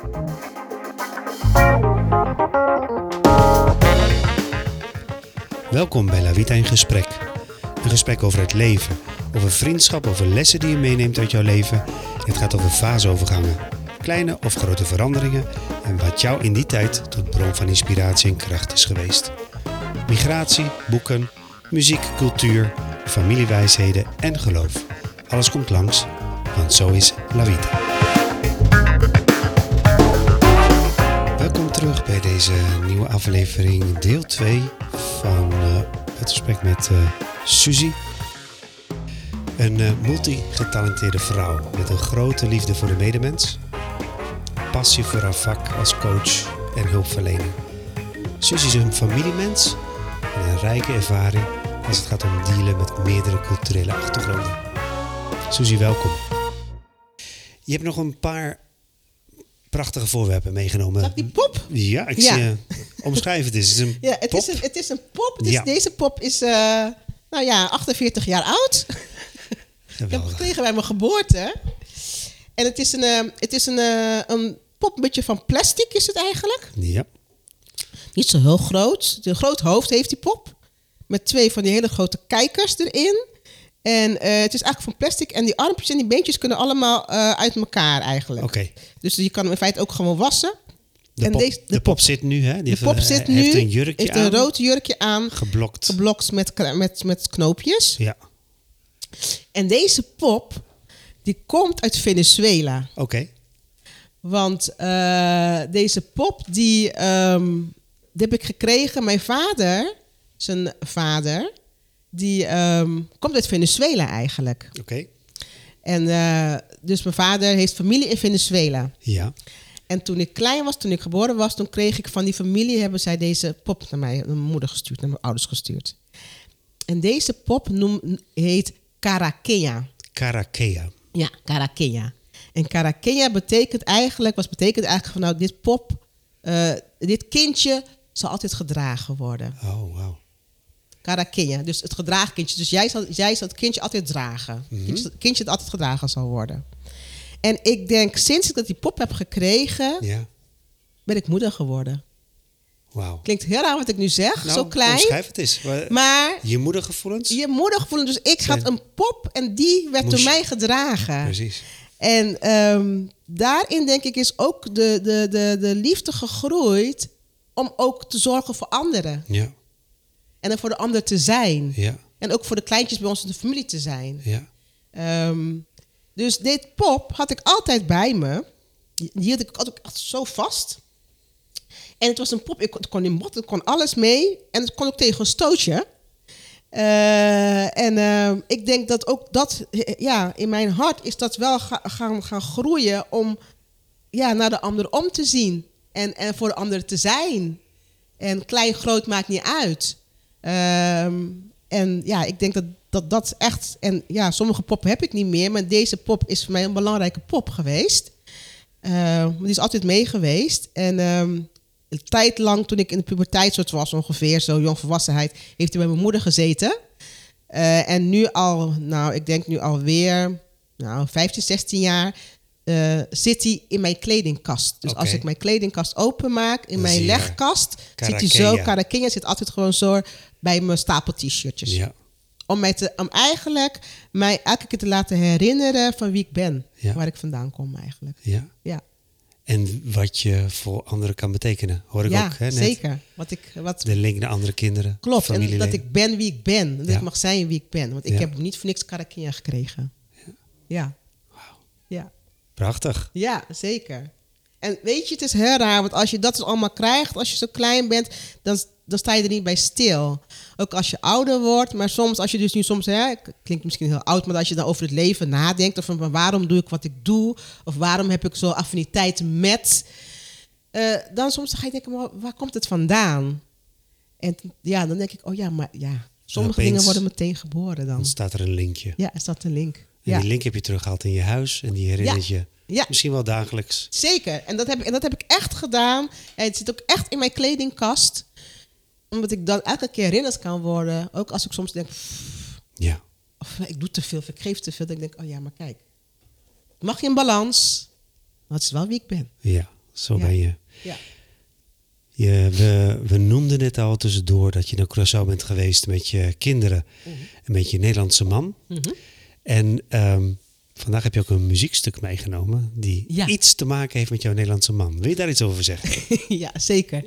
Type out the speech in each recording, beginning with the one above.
Welkom bij La Vita in Gesprek. Een gesprek over het leven, over vriendschap, over lessen die je meeneemt uit jouw leven. Het gaat over faseovergangen, kleine of grote veranderingen en wat jou in die tijd tot bron van inspiratie en kracht is geweest. Migratie, boeken, muziek, cultuur, familiewijsheden en geloof. Alles komt langs, want zo is La Vita. Welkom terug bij deze nieuwe aflevering, deel 2 van het gesprek met Suzy. Een multigetalenteerde vrouw met een grote liefde voor de medemens. Passie voor haar vak als coach en hulpverlener. Suzy is een familiemens en een rijke ervaring als het gaat om dealen met meerdere culturele achtergronden. Suzy, welkom. Je hebt nog een paar prachtige voorwerpen meegenomen. Dat die pop? Ja, ik zie omschrijf het eens. Het is een pop. Deze pop is 48 jaar oud. Ik heb het gekregen bij mijn geboorte. En het is een pop, een beetje van plastic is het eigenlijk. Ja. Niet zo heel groot. Een groot hoofd heeft die pop. Met 2 van die hele grote kijkers erin. En het is eigenlijk van plastic. En die armpjes en die beentjes kunnen allemaal uit elkaar eigenlijk. Okay. Dus je kan hem in feite ook gewoon wassen. De pop zit nu, hè? De pop zit nu. Heeft een jurkje aan. Een rood jurkje aan. Geblokt met knoopjes. Ja. En deze pop, die komt uit Venezuela. Oké. Want deze pop, die heb ik gekregen. Mijn vader, zijn vader, die komt uit Venezuela eigenlijk. Oké. En dus mijn vader heeft familie in Venezuela. Ja. En toen ik klein was, toen ik geboren was, toen kreeg ik van die familie, hebben zij deze pop naar mijn moeder gestuurd, naar mijn ouders gestuurd. En deze pop heet Caraqueña. Caraqueña. Ja, Caraqueña. En Caraqueña betekent eigenlijk van nou, dit pop, dit kindje zal altijd gedragen worden. Oh, wow. Caraqueña, dus het gedragen kindje. Dus jij zal het kindje altijd dragen. Mm-hmm. Het kindje dat altijd gedragen zal worden. En ik denk, sinds ik dat die pop heb gekregen, ben ik moeder geworden. Wauw. Klinkt heel raar wat ik nu zeg, zo klein. Omschrijf het eens. Maar je moedergevoelens? Je moedergevoelens. Dus ik had een pop en die werd door mij gedragen. Precies. En daarin denk ik is ook de liefde gegroeid om ook te zorgen voor anderen. Ja. En er voor de ander te zijn. Ja. En ook voor de kleintjes bij ons in de familie te zijn. Ja. Dus dit pop had ik altijd bij me. Die hield ik altijd zo vast. En het was een pop, het kon in bot, het kon alles mee. En het kon ook tegen een stootje. Ik denk dat ook dat, in mijn hart is dat wel gaan groeien om naar de ander om te zien. En voor de ander te zijn. En klein, groot maakt niet uit. Ik denk dat echt... En ja, sommige poppen heb ik niet meer. Maar deze pop is voor mij een belangrijke pop geweest. Die is altijd mee geweest. En een tijd lang, toen ik in de puberteit soort was, ongeveer zo jongvolwassenheid, heeft hij bij mijn moeder gezeten. En nu al, ik denk nu alweer 15, 16 jaar, zit hij in mijn kledingkast. Dus als ik mijn kledingkast openmaak, in mijn legkast, zit hij zo. Caraqueña zit altijd gewoon zo bij mijn stapel t-shirtjes. Ja. Om eigenlijk mij elke keer te laten herinneren van wie ik ben. Ja. Waar ik vandaan kom eigenlijk. Ja. Ja. En wat je voor anderen kan betekenen. Hoor ik ook, hè, net. Zeker. De link naar andere kinderen. Klopt. En dat ik ben wie ik ben. Dat ik mag zijn wie ik ben. Want ik heb niet voor niks Caraqueña gekregen. Ja. Wauw. Ja. Prachtig. Ja, zeker. En weet je, het is heel raar. Want als je dat dus allemaal krijgt, als je zo klein bent, dan sta je er niet bij stil. Ook als je ouder wordt. Maar soms, als je dus nu soms, klinkt misschien heel oud, maar als je dan over het leven nadenkt, of van waarom doe ik wat ik doe, of waarom heb ik zo affiniteit met, dan soms ga je denken, maar waar komt het vandaan? En dan denk ik, sommige dingen worden meteen geboren dan. Dan staat er een linkje. Ja, er staat een link. En die link heb je teruggehaald in je huis en die herinnert je misschien wel dagelijks. Zeker. En dat heb ik echt gedaan. En het zit ook echt in mijn kledingkast. Omdat ik dan elke keer herinnerd kan worden. Ook als ik soms denk, of ik doe te veel, of ik geef te veel. Dan denk ik, maar kijk. Mag je in balans? Maar het is wel wie ik ben. Ja, Zo ben je. Ja. We noemden het al tussendoor dat je naar Curaçao bent geweest met je kinderen en met je Nederlandse man. En vandaag heb je ook een muziekstuk meegenomen die iets te maken heeft met jouw Nederlandse man. Wil je daar iets over zeggen? Ja, zeker.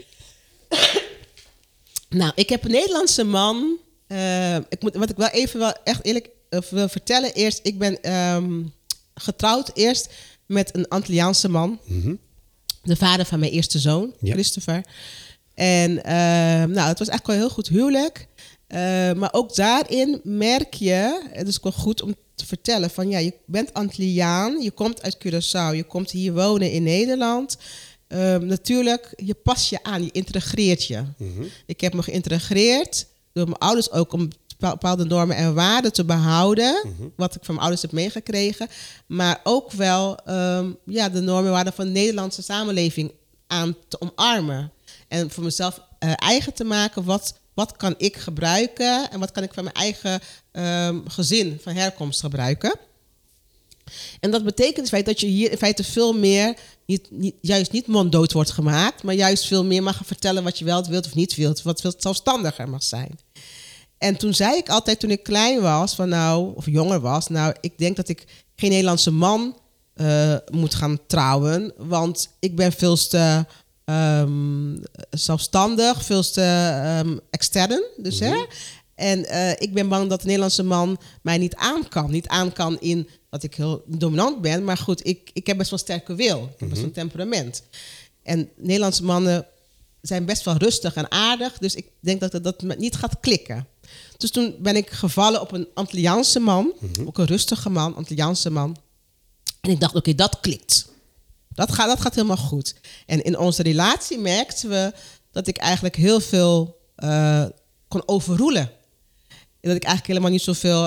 Nou, ik heb een Nederlandse man. Wat ik wel echt eerlijk wil vertellen. Eerst, ik ben getrouwd eerst met een Antilliaanse man. De vader van mijn eerste zoon, Christopher. En het was eigenlijk wel een heel goed huwelijk. Maar ook daarin merk je, het is wel goed om te vertellen van je bent Antilliaan, je komt uit Curaçao, je komt hier wonen in Nederland. Natuurlijk, je past je aan, je integreert je. Ik heb me geïntegreerd door mijn ouders ook om bepaalde normen en waarden te behouden. Wat ik van mijn ouders heb meegekregen. Maar ook wel de normen en waarden van de Nederlandse samenleving aan te omarmen. En voor mezelf eigen te maken. Wat kan ik gebruiken? En wat kan ik van mijn eigen gezin van herkomst gebruiken? En dat betekent in feite dat je hier in feite veel meer, juist niet monddood wordt gemaakt, maar juist veel meer mag vertellen wat je wel wilt of niet wilt. Wat veel zelfstandiger mag zijn. En toen zei ik altijd, toen ik klein was, of jonger was, ik denk dat ik geen Nederlandse man moet gaan trouwen, want ik ben veel te zelfstandig, veel te extern. Dus, en ik ben bang dat de Nederlandse man mij niet aan kan. Niet aan kan in dat ik heel dominant ben, maar goed, ik heb best wel sterke wil. Ik heb best wel een temperament. En Nederlandse mannen zijn best wel rustig en aardig, dus ik denk dat dat niet gaat klikken. Dus toen ben ik gevallen op een Antilliaanse man, ook een rustige man, Antilliaanse man. En ik dacht, oké, dat klikt. Dat gaat helemaal goed. En in onze relatie merkten we dat ik eigenlijk heel veel kon overroelen. En dat ik eigenlijk helemaal niet zoveel,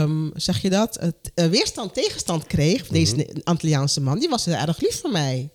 tegenstand kreeg. Deze Antilliaanse man, die was heel erg lief voor mij.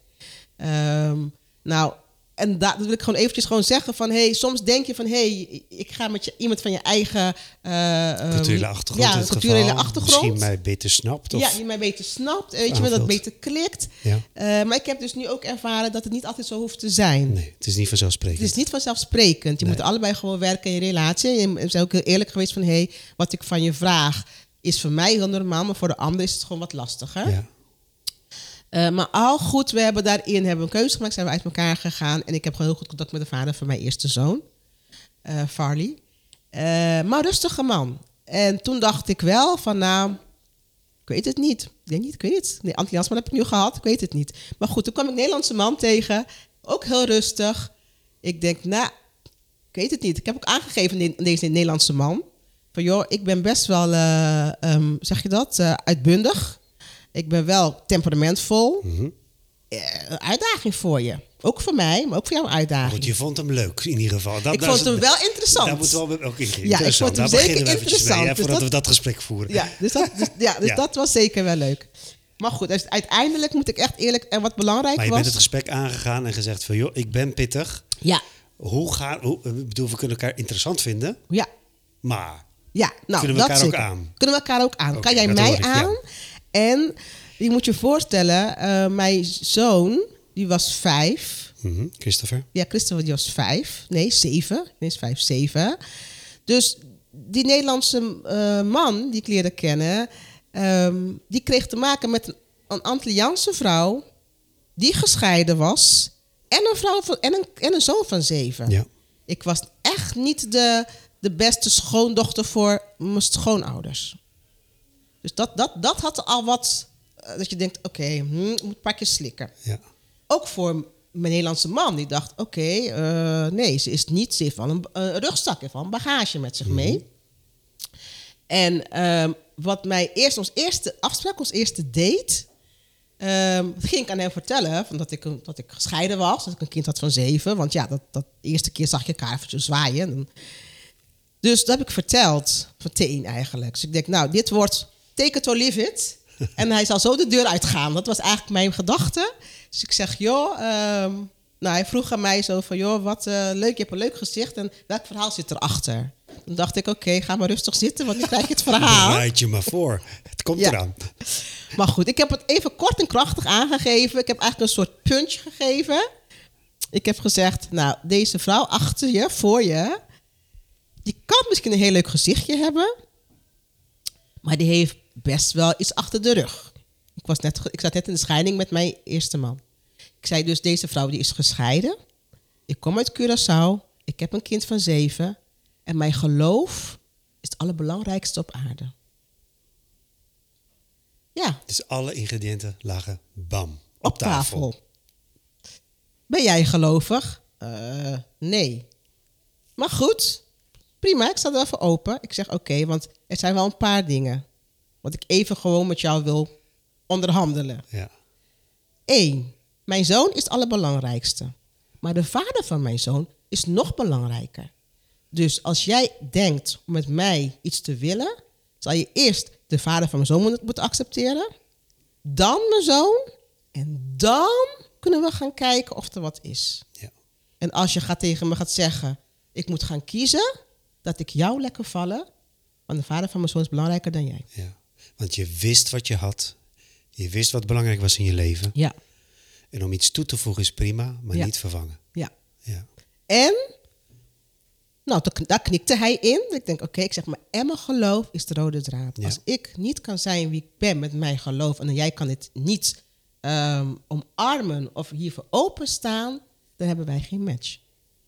En dat wil ik gewoon eventjes zeggen van, soms denk je van, ik ga met iemand van je eigen culturele achtergrond. Ja, culturele achtergrond. Misschien mij beter snapt. Of... Ja, die mij beter snapt. Weet je wel, dat beter klikt. Ja. Maar ik heb dus nu ook ervaren dat het niet altijd zo hoeft te zijn. Nee, het is niet vanzelfsprekend. Het is niet vanzelfsprekend. Je moet allebei gewoon werken in je relatie. En we zijn ook heel eerlijk geweest van, wat ik van je vraag is voor mij heel normaal, maar voor de ander is het gewoon wat lastiger. Ja. Maar al goed, we hebben een keuze gemaakt, zijn we uit elkaar gegaan. En ik heb gewoon heel goed contact met de vader van mijn eerste zoon, Farley. Maar rustige man. En toen dacht ik wel van, ik weet het niet. Ik weet het. Nee, Antilliaans man heb ik nu gehad, ik weet het niet. Maar goed, toen kwam ik een Nederlandse man tegen, ook heel rustig. Ik denk, ik weet het niet. Ik heb ook aangegeven in deze Nederlandse man, van ik ben best wel, uitbundig. Ik ben wel temperamentvol. Een uitdaging voor je. Ook voor mij, maar ook voor jou een uitdaging. Goed, je vond hem leuk in ieder geval. Ik vond hem wel interessant. Dat moet wel ook interessant. Ja, ik vond hem zeker interessant. Mee, voordat we dat gesprek voeren. Ja, dus dat was zeker wel leuk. Maar goed, dus uiteindelijk moet ik echt eerlijk, en wat belangrijk was... Maar je bent het gesprek aangegaan en gezegd van, ik ben pittig. Ja. We kunnen elkaar interessant vinden. Ja. Maar kunnen we elkaar ook aan? Kunnen we elkaar ook aan? Okay, kan jij mij aan? Ja. En je moet je voorstellen, mijn zoon, die was 5. Christopher? Ja, Christopher, die was 5. Nee, 7. Nee, is 5, 7. Dus die Nederlandse man die ik leerde kennen, die kreeg te maken met een Antilliaanse vrouw die gescheiden was en een vrouw en een zoon van 7. Ja. Ik was echt niet de beste schoondochter voor mijn schoonouders. Dus dat had al wat, dat je denkt, ik moet een paar keer slikken. Ja. Ook voor mijn Nederlandse man, die dacht, nee, ze heeft wel een rugzak, heeft wel een bagage met zich mee. En wat mij ons eerste date, ging ik aan hem vertellen van dat ik gescheiden was, dat ik een kind had van 7. Want ja, dat eerste keer zag je elkaar eventjes zwaaien. Dus dat heb ik verteld, meteen eigenlijk. Dus ik denk, dit wordt take it or leave it. En hij zal zo de deur uitgaan. Dat was eigenlijk mijn gedachte. Dus ik zeg, hij vroeg aan mij zo van, wat leuk, je hebt een leuk gezicht. En welk verhaal zit erachter? Toen dacht ik, oké, ga maar rustig zitten, want nu krijg je het verhaal. Bereid je maar voor. Het komt eraan. Maar goed, ik heb het even kort en krachtig aangegeven. Ik heb eigenlijk een soort punch gegeven. Ik heb gezegd, nou, deze vrouw achter je, voor je, die kan misschien een heel leuk gezichtje hebben, maar die heeft best wel iets achter de rug. Ik zat net in de scheiding met mijn eerste man. Ik zei dus, deze vrouw die is gescheiden. Ik kom uit Curaçao. Ik heb een kind van 7. En mijn geloof is het allerbelangrijkste op aarde. Ja. Dus alle ingrediënten lagen bam Op tafel. Ben jij gelovig? Nee. Maar goed, prima, ik sta er even open. Ik zeg oké, want er zijn wel een paar dingen wat ik even gewoon met jou wil onderhandelen. Ja. 1. Mijn zoon is het allerbelangrijkste. Maar de vader van mijn zoon is nog belangrijker. Dus als jij denkt om met mij iets te willen, zal je eerst de vader van mijn zoon moeten accepteren. Dan mijn zoon. En dan kunnen we gaan kijken of er wat is. Ja. En als je tegen me gaat zeggen, ik moet gaan kiezen, dat ik jou lekker vallen, want de vader van mijn zoon is belangrijker dan jij. Ja. Want je wist wat je had. Je wist wat belangrijk was in je leven. Ja. En om iets toe te voegen is prima, maar Ja. niet vervangen. Ja. Ja. En, nou, daar knikte hij in. Ik denk, oké, ik zeg maar, en mijn geloof is de rode draad. Ja. Als ik niet kan zijn wie ik ben met mijn geloof en jij kan het niet omarmen of hiervoor openstaan, dan hebben wij geen match.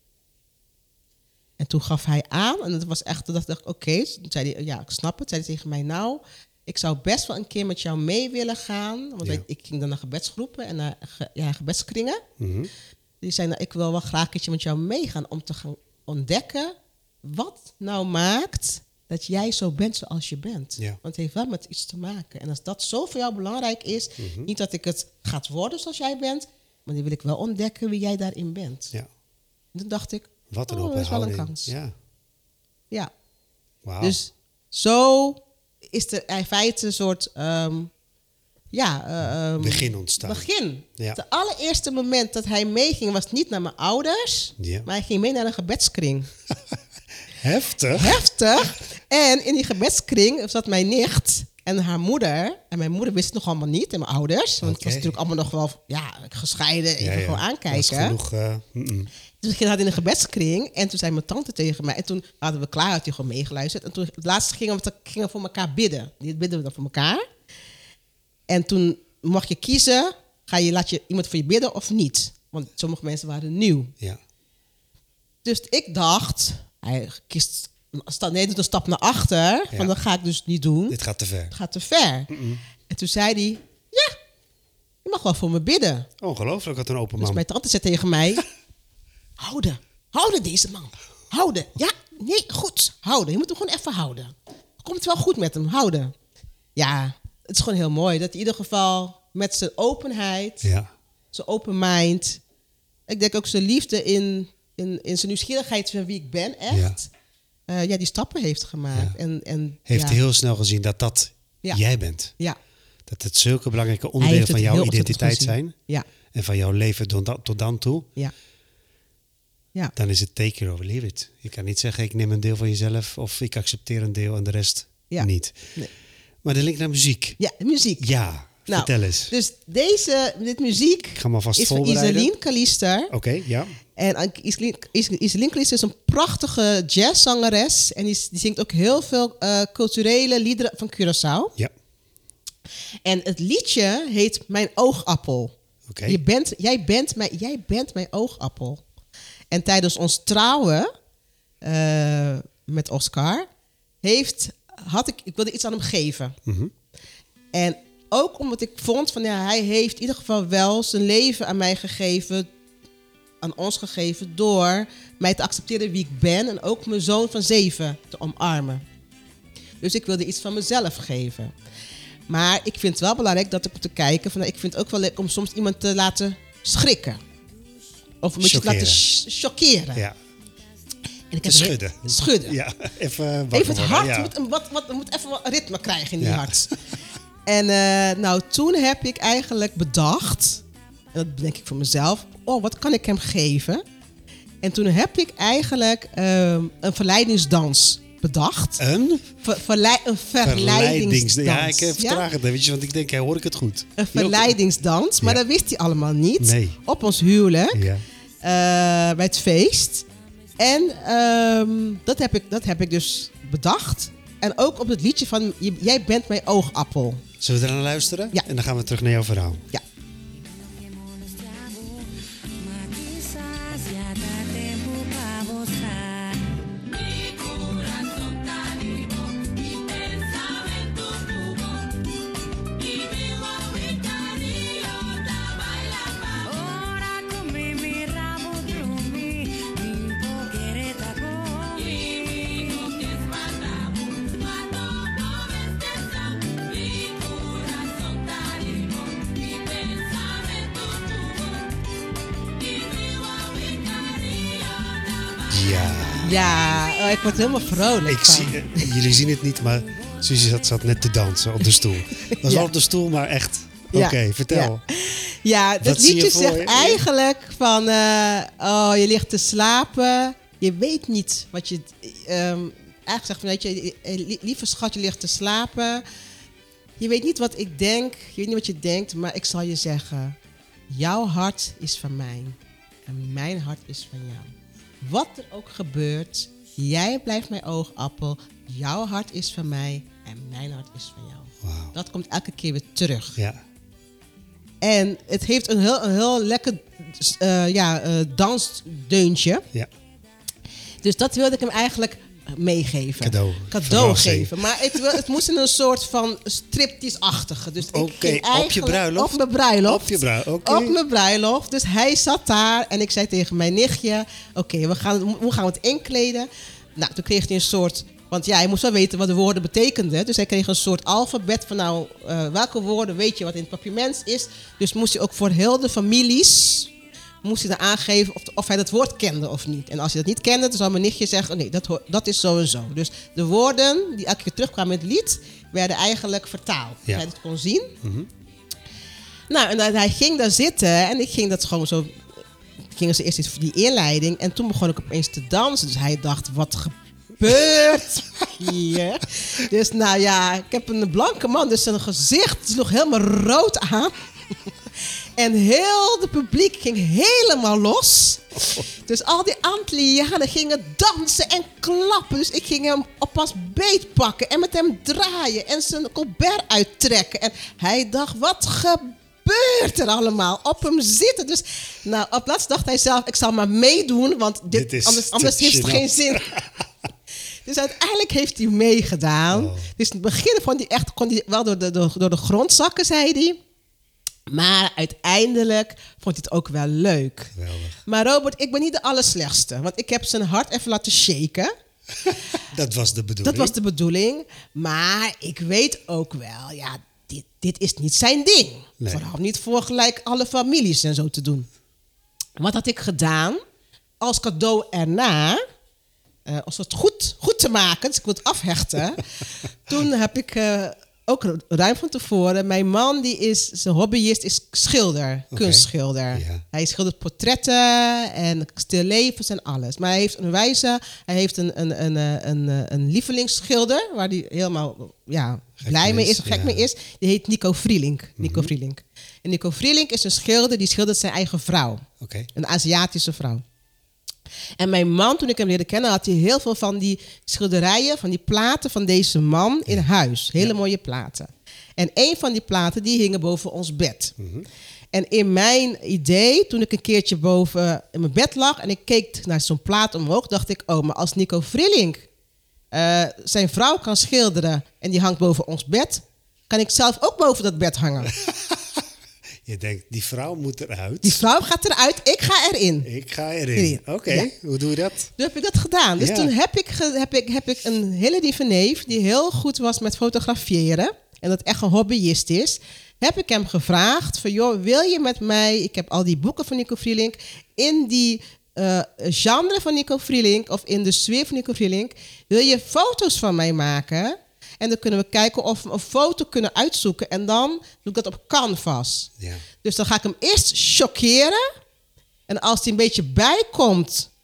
En toen gaf hij aan, en dat was echt, toen dacht ik, oké. Toen zei hij, ja, ik snap het. Zei hij tegen mij, nou, ik zou best wel een keer met jou mee willen gaan. Want Ja. ik ging dan naar gebedsgroepen en naar gebedskringen. Mhm. Die zei, nou, ik wil wel graag een keertje met jou meegaan om te gaan ontdekken wat nou maakt dat jij zo bent zoals je bent. Ja. Want het heeft wel met iets te maken. En als dat zo voor jou belangrijk is, niet dat ik het gaat worden zoals jij bent, maar dan wil ik wel ontdekken wie jij daarin bent. Ja. En toen dacht ik, Wat een oh, open dat is wel een houding. kans. Ja. Ja. Wauw. Dus zo is er in feite een soort begin ontstaan. begin. Ja. Het allereerste moment dat hij meeging was niet naar mijn ouders, Ja. maar hij ging mee naar een gebedskring. Heftig. Heftig. En in die gebedskring zat mijn nicht en haar moeder. En mijn moeder wist het nog allemaal niet en mijn ouders. Want het was Oké. natuurlijk allemaal nog wel gescheiden. Even Ja, ja. gewoon Dat is aankijken. genoeg. Dus ik had in een gebedskring en toen zei mijn tante tegen mij. En toen hadden we klaar, had hij gewoon meegeluisterd. En toen het laatste gingen we voor elkaar bidden. Dit bidden we dan voor elkaar. En toen mocht je kiezen, laat je iemand voor je bidden of niet. Want sommige mensen waren nieuw. Ja. Dus ik dacht, hij kiest, doet een stap naar achter. Ja. Van dat ga ik dus niet doen. Dit gaat te ver. Het gaat te ver. En toen zei hij, ja, je mag wel voor me bidden. Ongelooflijk, wat een open Dus man. mijn tante zei tegen mij, houden deze man. Houden, ja, nee, goed, houden. Je moet hem gewoon even houden. Komt wel goed met hem, houden. Ja, het is gewoon heel mooi. Dat in ieder geval met zijn openheid, Ja. zijn open mind. Ik denk ook zijn liefde in zijn nieuwsgierigheid van wie ik ben, echt. Die stappen heeft gemaakt. Ja. En Heeft ja, heel snel gezien dat dat Ja. jij bent. ja, Dat het zulke belangrijke hij onderdelen heeft van het jouw heel ontzettend identiteit gezien. zijn. Ja, En van jouw leven tot dan toe. ja. Ja, Dan is het take it or leave it. Je kan niet zeggen, ik neem een deel van jezelf. Of ik accepteer een deel en de rest Ja. niet. Nee. Maar de link naar muziek. ja, de muziek. Ja, Nou, vertel eens. Dus dit muziek Ik ga me alvast is van voorbereiden. Iselien Kalister. Oké, ja. En Iselien Kalister is een prachtige jazzzangeres. En die zingt ook heel veel culturele liederen van Curaçao. Ja, En het liedje heet Mijn Oogappel. oké. Jij bent mijn oogappel. En tijdens ons trouwen met Oscar ik wilde iets aan hem geven. Mhm. En ook omdat ik vond van hij heeft in ieder geval wel zijn leven aan mij gegeven, aan ons gegeven, door mij te accepteren wie ik ben en ook mijn zoon van 7 te omarmen. Dus ik wilde iets van mezelf geven. Maar ik vind het wel belangrijk dat ik moet kijken van ik vind het ook wel leuk om soms iemand te laten schrikken. Of een beetje te laten chockeren. Ja, En ik te heb schudden. Schudden. Ja, even wakker Even het worden, hart. ja. Moet even wat ritme krijgen in die Ja. hart. En toen heb ik eigenlijk bedacht, en dat denk ik voor mezelf, wat kan ik hem geven? En toen heb ik eigenlijk een verleidingsdans bedacht. Een verleidingsdans. Ja, ik vertraag het eventjes, want ik denk, hoor ik het goed? Een verleidingsdans, maar dat wist hij allemaal niet. Nee. Op ons huwelijk, Ja. bij het feest. En dat heb ik dus bedacht. En ook op het liedje van Jij bent mijn oogappel. Zullen we er naar luisteren? Ja. En dan gaan we terug naar jouw verhaal. Ja. Ja, ik word helemaal vrolijk. Jullie zien het niet, maar Suzy zat net te dansen op de stoel. Was wel op de stoel, maar echt. Oké, vertel. Ja, dat liedje zegt eigenlijk van... je ligt te slapen. Je weet niet wat je... eigenlijk zegt van, weet je, lieve schat, je ligt te slapen. Je weet niet wat ik denk. Je weet niet wat je denkt, maar ik zal je zeggen... Jouw hart is van mij. En mijn hart is van jou. Wat er ook gebeurt, jij blijft mijn oogappel. Jouw hart is van mij en mijn hart is van jou. Wow. Dat komt elke keer weer terug. Ja. En het heeft een heel lekker dansdeuntje. Ja. Dus dat wilde ik hem eigenlijk meegeven. Cadeau geven. Maar het moest in een soort van striptease-achtige. Dus Oké, op je bruiloft? Op mijn bruiloft. Op mijn bruiloft. Dus hij zat daar en ik zei tegen mijn nichtje... Oké, hoe gaan we het inkleden? Nou, toen kreeg hij een soort... Want ja, hij moest wel weten wat de woorden betekenden. Dus hij kreeg een soort alfabet van welke woorden weet je wat in het papiermens is. Dus moest hij ook voor heel de families... moest hij dan aangeven of hij dat woord kende of niet. En als hij dat niet kende, dan zou mijn nichtje zeggen... nee, dat is zo en zo. Dus de woorden die elke keer terugkwamen in het lied... werden eigenlijk vertaald. Ja. Hij het kon zien. Mm-hmm. Nou, en hij ging daar zitten en ik ging dat gewoon zo... Gingen ze eerst die inleiding en toen begon ik opeens te dansen. Dus hij dacht, wat gebeurt hier? Dus nou ja, ik heb een blanke man, dus zijn gezicht sloeg helemaal rood aan... En heel het publiek ging helemaal los. Dus al die Antillianen gingen dansen en klappen. Dus ik ging hem oppas beet pakken en met hem draaien en zijn colbert uittrekken. En hij dacht, wat gebeurt er allemaal? Op hem zitten. Dus nou, op plaats dacht hij zelf, ik zal maar meedoen, want anders heeft het geen zin. Dus uiteindelijk heeft hij meegedaan. Oh. Dus in het begin kon hij wel door de grond zakken, zei hij. Maar uiteindelijk vond hij het ook wel leuk. Geweldig. Maar Robert, ik ben niet de allerslechtste. Want ik heb zijn hart even laten shaken. Dat was de bedoeling? Maar ik weet ook wel, ja, dit is niet zijn ding. Nee. Vooral niet voor gelijk alle families en zo te doen. Wat had ik gedaan? Als cadeau erna... als het goed te maken, dus ik wil het afhechten... toen heb ik... ook ruim van tevoren. Mijn man, zijn hobbyist, is schilder, kunstschilder. Ja. Hij schildert portretten en stillevens en alles. Maar hij heeft een lievelingsschilder waar hij helemaal blij mee is, gek mee is. Die heet Nico Vrielink. Mm-hmm. En Nico Vrielink is een schilder die schildert zijn eigen vrouw. Okay. Een Aziatische vrouw. En mijn man, toen ik hem leerde kennen, had hij heel veel van die schilderijen, van die platen van deze man in huis. Hele mooie platen. En een van die platen, die hingen boven ons bed. Mm-hmm. En in mijn idee, toen ik een keertje boven in mijn bed lag en ik keek naar zo'n plaat omhoog, dacht ik, maar als Nico Vrielink zijn vrouw kan schilderen en die hangt boven ons bed, kan ik zelf ook boven dat bed hangen. Je denkt, die vrouw moet eruit. Die vrouw gaat eruit, ik ga erin. Ik ga erin. Oké, ja. Hoe doe je dat? Toen heb ik dat gedaan. Dus toen heb ik een hele lieve neef... die heel goed was met fotograferen... en dat echt een hobbyist is... heb ik hem gevraagd van... joh, wil je met mij... ik heb al die boeken van Nico Vrielink... in die genre van Nico Vrielink... of in de sfeer van Nico Vrielink... wil je foto's van mij maken... En dan kunnen we kijken of we een foto kunnen uitzoeken. En dan doe ik dat op canvas. Ja. Dus dan ga ik hem eerst chockeren. En als hij een beetje bijkomt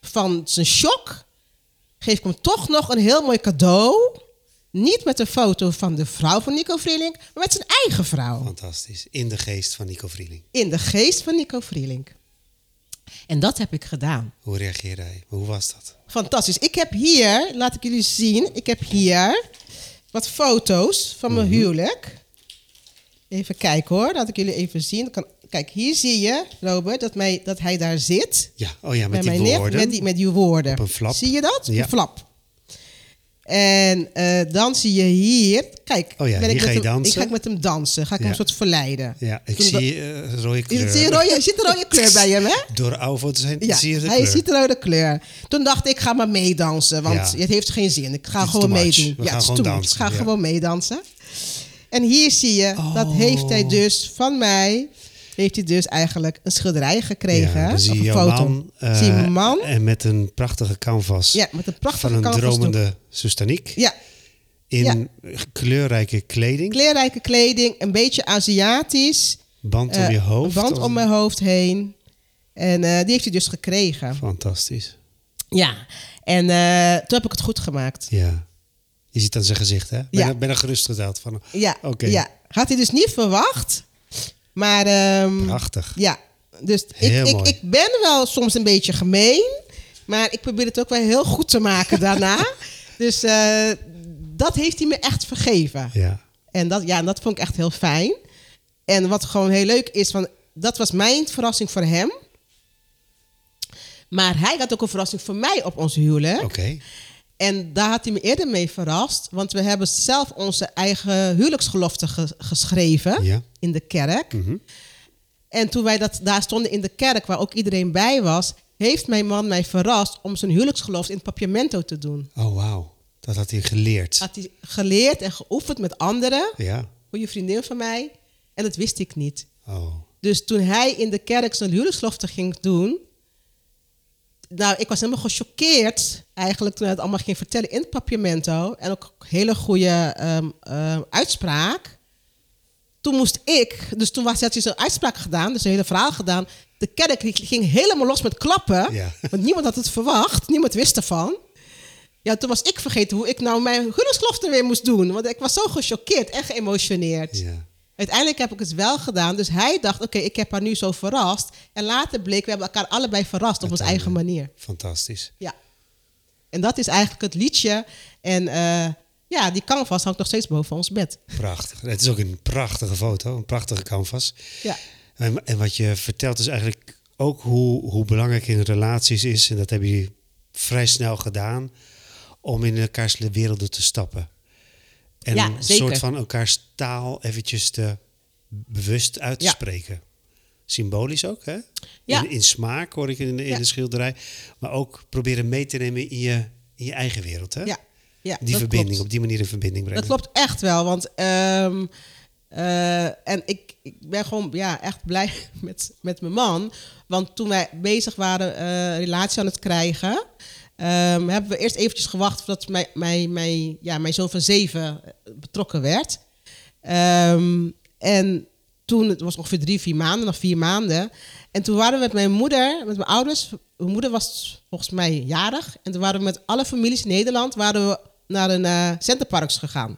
van zijn shock geef ik hem toch nog een heel mooi cadeau. Niet met een foto van de vrouw van Nico Vrieling, maar met zijn eigen vrouw. Fantastisch. In de geest van Nico Vrieling. In de geest van Nico Vrieling. En dat heb ik gedaan. Hoe reageerde hij? Hoe was dat? Fantastisch. Ik heb hier, laat ik jullie zien, ik heb hier wat foto's van mijn huwelijk. Even kijken hoor, laat ik jullie even zien. Kijk, hier zie je, Robert, dat hij daar zit. Ja, oh ja, met bij die mij woorden. met die woorden. Op een flap. Zie je dat? Ja. Een flap. En dan zie je hier, kijk, Oh ja, hier ga je dansen. Ik ga met hem dansen, ga ik hem een soort verleiden. Ja, ik Toen zie rode kleur. Je ziet een rode kleur bij hem, hè? Door oude foto's heen Ja, zie je de hij kleur. ziet de rode kleur. Toen dacht ik, ga maar meedansen, want het heeft geen zin. Ik ga Het is gewoon too much. meedoen. We Ja, gaan het is gewoon too much. dansen, Ik ga ja. gewoon meedansen. En hier zie je, dat heeft hij dus van mij, heeft hij dus eigenlijk een schilderij gekregen. Ja, dan zie of je een jouw foto. man, Zie je mijn man? En met een prachtige canvas. Ja, met een prachtige van een canvasdoek. dromende Sustaniek. Ja, In kleurrijke kleding. kleurrijke kleding, een beetje Aziatisch. Band om je hoofd. Een band om mijn hoofd heen. En die heeft hij dus gekregen. Fantastisch. Ja, en toen heb ik het goed gemaakt. Ja. Je ziet aan zijn gezicht, hè? Ben er gerustgesteld van. Ja, Oké. ja, had hij dus niet verwacht. Maar Prachtig. ja, dus Heel mooi. ik ben wel soms een beetje gemeen. Maar ik probeer het ook wel heel goed te maken daarna. Dus dat heeft hij me echt vergeven. Ja. En dat vond ik echt heel fijn. En wat gewoon heel leuk is, dat was mijn verrassing voor hem. Maar hij had ook een verrassing voor mij op ons huwelijk. Oké. En daar had hij me eerder mee verrast. Want we hebben zelf onze eigen huwelijksgelofte geschreven in de kerk. Mhm. En toen wij daar stonden in de kerk, waar ook iedereen bij was, heeft mijn man mij verrast om zijn huwelijksgelofte in het papiamento te doen. Oh, wauw. Dat had hij geleerd. Had hij geleerd en geoefend met anderen. Ja. Goede vriendin van mij. En dat wist ik niet. Oh. Dus toen hij in de kerk zijn huwelijksgelofte ging doen, nou, ik was helemaal gechoqueerd eigenlijk toen hij het allemaal ging vertellen in het papiamento. En ook een hele goede uitspraak. Toen moest ik, dus toen had hij zo'n uitspraak gedaan, dus een hele verhaal gedaan. De kerk ging helemaal los met klappen, Ja. want niemand had het verwacht, niemand wist ervan. Ja, toen was ik vergeten hoe ik nou mijn huwelijksgelofte weer moest doen, want ik was zo gechoqueerd en geëmotioneerd. Ja. Uiteindelijk heb ik het wel gedaan. Dus hij dacht, oké, ik heb haar nu zo verrast. En later bleek, we hebben elkaar allebei verrast op onze eigen manier. Fantastisch. Ja. En dat is eigenlijk het liedje. En die canvas hangt nog steeds boven ons bed. Prachtig. Het is ook een prachtige foto. Een prachtige canvas. Ja. En wat je vertelt is eigenlijk ook hoe belangrijk in relaties is. En dat hebben jullie vrij snel gedaan. Om in elkaars werelden te stappen. En Ja, een zeker. soort van elkaars taal eventjes bewust uit te Ja. spreken. Symbolisch ook, hè? Ja. In smaak hoor ik in de schilderij. Maar ook proberen mee te nemen in je eigen wereld, hè? Ja. Ja, Die dat verbinding, klopt. op die manier een verbinding brengen. Dat klopt echt wel. Want en ik ben gewoon echt blij met mijn man. Want toen wij bezig waren een relatie aan het krijgen, hebben we eerst eventjes gewacht voordat mijn zoon van 7 betrokken werd. En toen, het was ongeveer 3-4 maanden, nog 4 maanden. En toen waren we met mijn moeder, met mijn ouders. Mijn moeder was volgens mij jarig. En toen waren we met alle families in Nederland naar een Centerparks gegaan.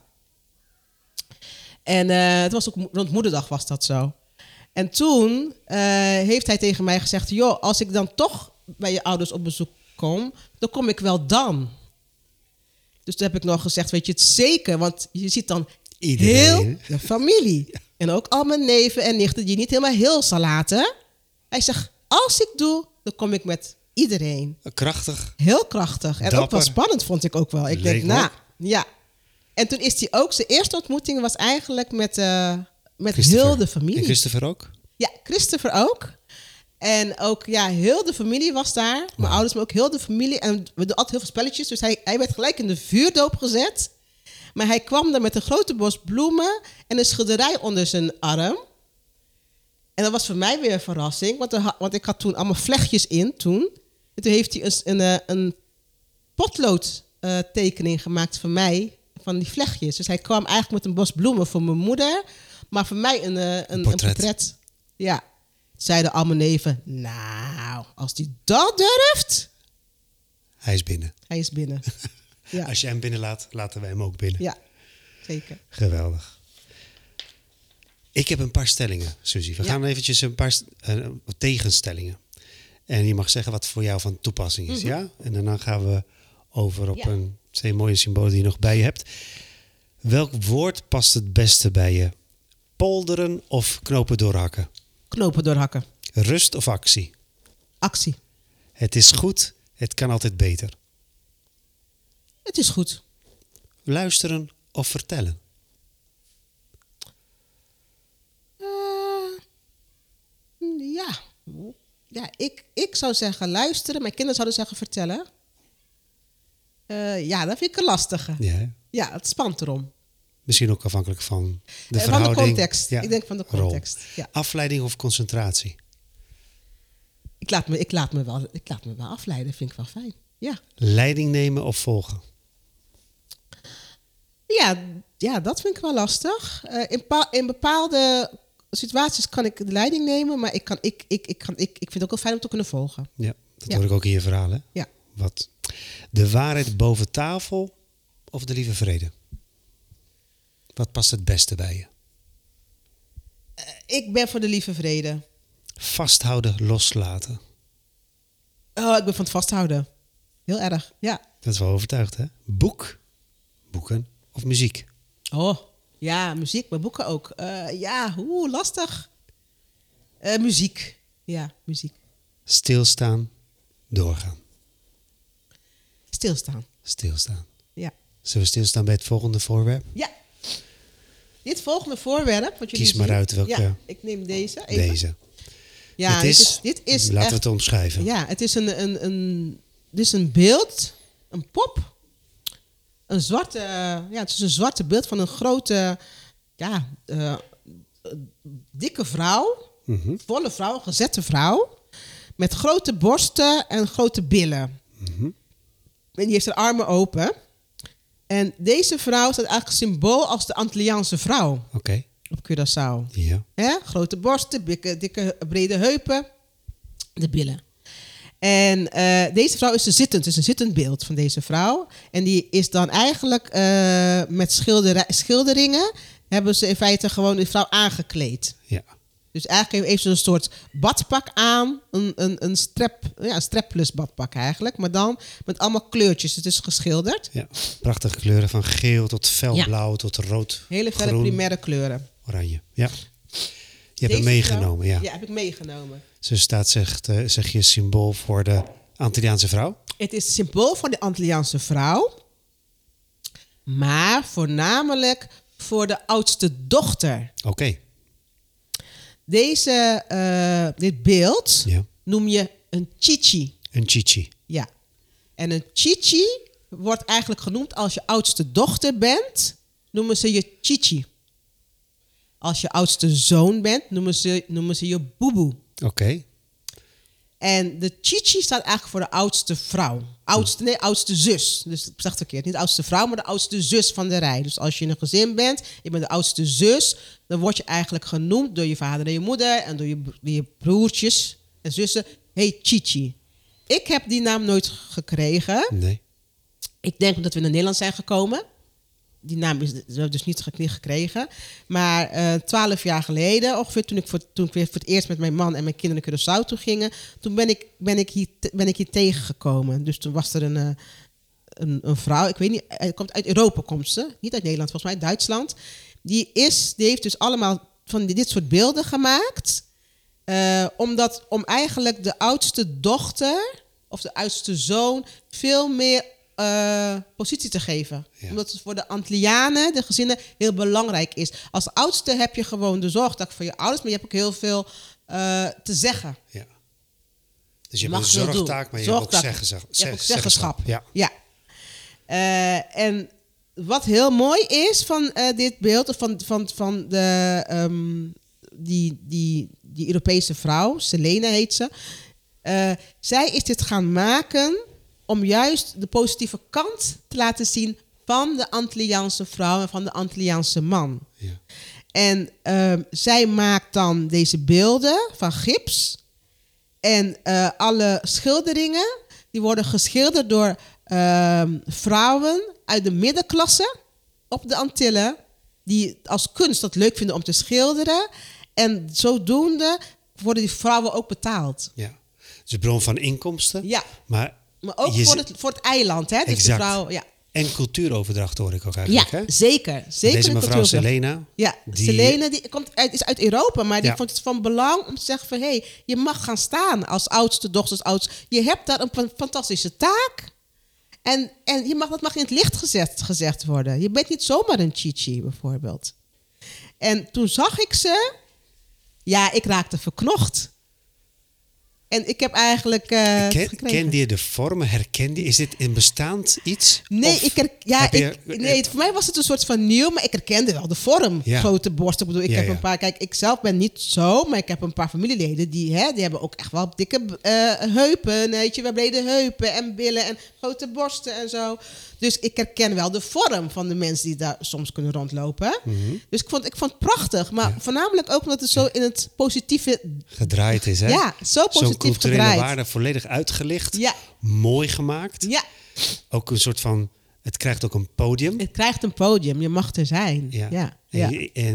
En het was ook rond Moederdag was dat zo. En toen heeft hij tegen mij gezegd, joh, als ik dan toch bij je ouders op bezoek kom, dan kom ik wel dan. Dus toen heb ik nog gezegd, weet je het zeker? Want je ziet dan Iedereen. heel de familie. En ook al mijn neven en nichten die je niet helemaal heel zal laten. Hij zegt, als ik doe, dan kom ik met iedereen. Krachtig. Heel krachtig. En ook Dapper. wel spannend vond ik ook wel. Ik Leek denk, me ook. ja. En toen is hij ook, zijn eerste ontmoeting was eigenlijk met Christopher. heel de familie. En Christopher ook? Ja, Christopher ook. En ook, heel de familie was daar. Mijn ouders, maar ook heel de familie. En we doen altijd heel veel spelletjes. Dus hij werd gelijk in de vuurdoop gezet. Maar hij kwam dan met een grote bos bloemen en een schilderij onder zijn arm. En dat was voor mij weer een verrassing. Want ik had toen allemaal vlechtjes in toen. En toen heeft hij een potloodtekening gemaakt van mij. Van die vlechtjes. Dus hij kwam eigenlijk met een bos bloemen voor mijn moeder. Maar voor mij een portret. Ja. Zeiden al mijn neven, nou, als die dat durft, Hij is binnen. Hij is binnen. Ja, Als je hem binnenlaat, laten wij hem ook binnen. ja, zeker. Geweldig. Ik heb een paar stellingen, Suzy. We gaan eventjes een paar tegenstellingen. En je mag zeggen wat voor jou van toepassing is, ja? En daarna gaan we over op een 2 mooie symbolen die je nog bij je hebt. Welk woord past het beste bij je? Polderen of knopen doorhakken? Knopen doorhakken. Rust of actie? Actie. Het is goed, het kan altijd beter. Het is goed. Luisteren of vertellen? Ja. Ja, ik zou zeggen luisteren. Mijn kinderen zouden zeggen vertellen. Ja, dat vind ik een lastige. Ja, hè? Ja, het spant erom. Misschien ook afhankelijk van de Van verhouding. de context. Ja, Ik denk van de rol. context. Ja. Afleiding of concentratie? Ik laat me wel afleiden. Vind ik wel fijn. Ja. Leiding nemen of volgen? Ja, dat vind ik wel lastig. In bepaalde situaties kan ik de leiding nemen, maar ik vind het ook wel fijn om te kunnen volgen. Ja, dat Ja. hoor ik ook in je verhaal, hè? Ja. Wat? De waarheid boven tafel of de lieve vrede? Wat past het beste bij je? Ik ben voor de lieve vrede. Vasthouden, loslaten. Oh, ik ben van het vasthouden. Heel erg, ja. Dat is wel overtuigd, hè? Boeken of muziek? Oh, ja, muziek, maar boeken ook. Lastig. Muziek. Ja, muziek. Stilstaan, doorgaan. Stilstaan. Stilstaan. Ja. Zullen we stilstaan bij het volgende voorwerp? Ja. Dit volgende voorwerp, wat jullie Kies maar zien. uit welke. Ja, ik neem deze even. Deze. Ja, dit is echt, laten we het omschrijven. Ja, het is dit is een beeld, een pop. Het is een zwarte beeld van een grote, dikke vrouw. Mhm. Volle vrouw, gezette vrouw. Met grote borsten en grote billen. Mhm. En die heeft haar armen open. En deze vrouw staat eigenlijk symbool als de Antilliaanse vrouw Oké. op Curaçao. Ja. Hè? Grote borsten, dikke brede heupen, de billen. En deze vrouw is zittend. Het is een zittend beeld van deze vrouw. En die is dan eigenlijk met schilderingen... hebben ze in feite gewoon de vrouw aangekleed. Ja. Dus eigenlijk heeft ze een soort badpak aan. Een strapless badpak eigenlijk. Maar dan met allemaal kleurtjes. Het is geschilderd. Ja. Prachtige kleuren van geel tot felblauw tot rood, Hele felle groen, primaire kleuren. oranje. Ja. Je hebt Deze hem meegenomen, vrouw- ja. Ja, heb ik meegenomen. Ze staat, zeg je, symbool voor de Antilliaanse vrouw. Het is symbool voor de Antilliaanse vrouw. Maar voornamelijk voor de oudste dochter. Oké. Dit beeld Ja. noem je een chichi. Een chichi. Ja. En een chichi wordt eigenlijk genoemd als je oudste dochter bent, noemen ze je chichi. Als je oudste zoon bent, noemen ze je boeboe. Oké. En de chichi staat eigenlijk voor de oudste vrouw. Oudste zus. Dus ik zeg het verkeerd. Niet de oudste vrouw, maar de oudste zus van de rij. Dus als je in een gezin bent, je bent de oudste zus, dan word je eigenlijk genoemd door je vader en je moeder en door je broertjes en zussen. Hey, chichi. Ik heb die naam nooit gekregen. Nee. Ik denk dat we naar Nederland zijn gekomen. Die naam is dus niet gekregen. Maar 12 jaar geleden, ongeveer toen ik weer voor het eerst met mijn man en mijn kinderen naar Curaçao toe gingen, toen ben ik hier tegengekomen. Dus toen was er een vrouw, ik weet niet, komt uit Europa komt ze, niet uit Nederland, volgens mij Duitsland. Die heeft dus allemaal van dit soort beelden gemaakt. Om eigenlijk de oudste dochter of de oudste zoon veel meer positie te geven. Ja. Omdat het voor de Antillianen, de gezinnen, heel belangrijk is. Als oudste heb je gewoon de zorgtak voor je ouders, maar je hebt ook heel veel te zeggen. Ja. Dus je Mag hebt een veel doen. zorgtaak, maar je hebt ook Zorgtaak. Je hebt ook zeggenschap. Ja. Ja. En wat heel mooi is van dit beeld, of van die Europese vrouw, Selena heet ze. Zij is dit gaan maken om juist de positieve kant te laten zien van de Antilliaanse vrouw en van de Antilliaanse man. Ja. En zij maakt dan deze beelden van gips. En alle schilderingen, die worden geschilderd door vrouwen uit de middenklasse op de Antillen, die als kunst dat leuk vinden om te schilderen. En zodoende worden die vrouwen ook betaald. Ja. Dus een bron van inkomsten. Ja, Maar ook voor het eiland. Hè? Dus exact. de vrouw, ja. En cultuuroverdracht hoor ik ook eigenlijk. Ja, Hè? zeker. Zeker Deze een mevrouw cultuuroverdracht. Selena. Ja, die- Selene die is uit Europa, maar die Ja. vond het van belang om te zeggen van je mag gaan staan als oudste dochter, als oudste. Je hebt daar een fantastische taak. En dat mag in het licht gezegd worden. Je bent niet zomaar een chichi, bijvoorbeeld. En toen zag ik ze. Ja, ik raakte verknocht. En ik heb eigenlijk gekregen. Kende je de vormen? Herkende je? Is dit een bestaand iets? Nee, Of voor mij was het een soort van nieuw, maar ik herkende wel de vorm. Ja. Grote borst. Ik bedoel, ik Ja, heb ja. een paar. Kijk, ik zelf ben niet zo, maar ik heb een paar familieleden die hebben ook echt wel dikke heupen, weet je, wel brede heupen en billen en grote borsten en zo. Dus ik herken wel de vorm van de mensen die daar soms kunnen rondlopen. Dus ik vond het prachtig, maar voornamelijk ook omdat het zo in het positieve. gedraaid is, hè? Ja, zo Zo'n positief culturele gedraaid. waarde volledig uitgelicht. Ja. Mooi gemaakt. Ja, Ook een soort van... Het krijgt ook een podium. het krijgt een podium. Je mag er zijn. Ja. Ja.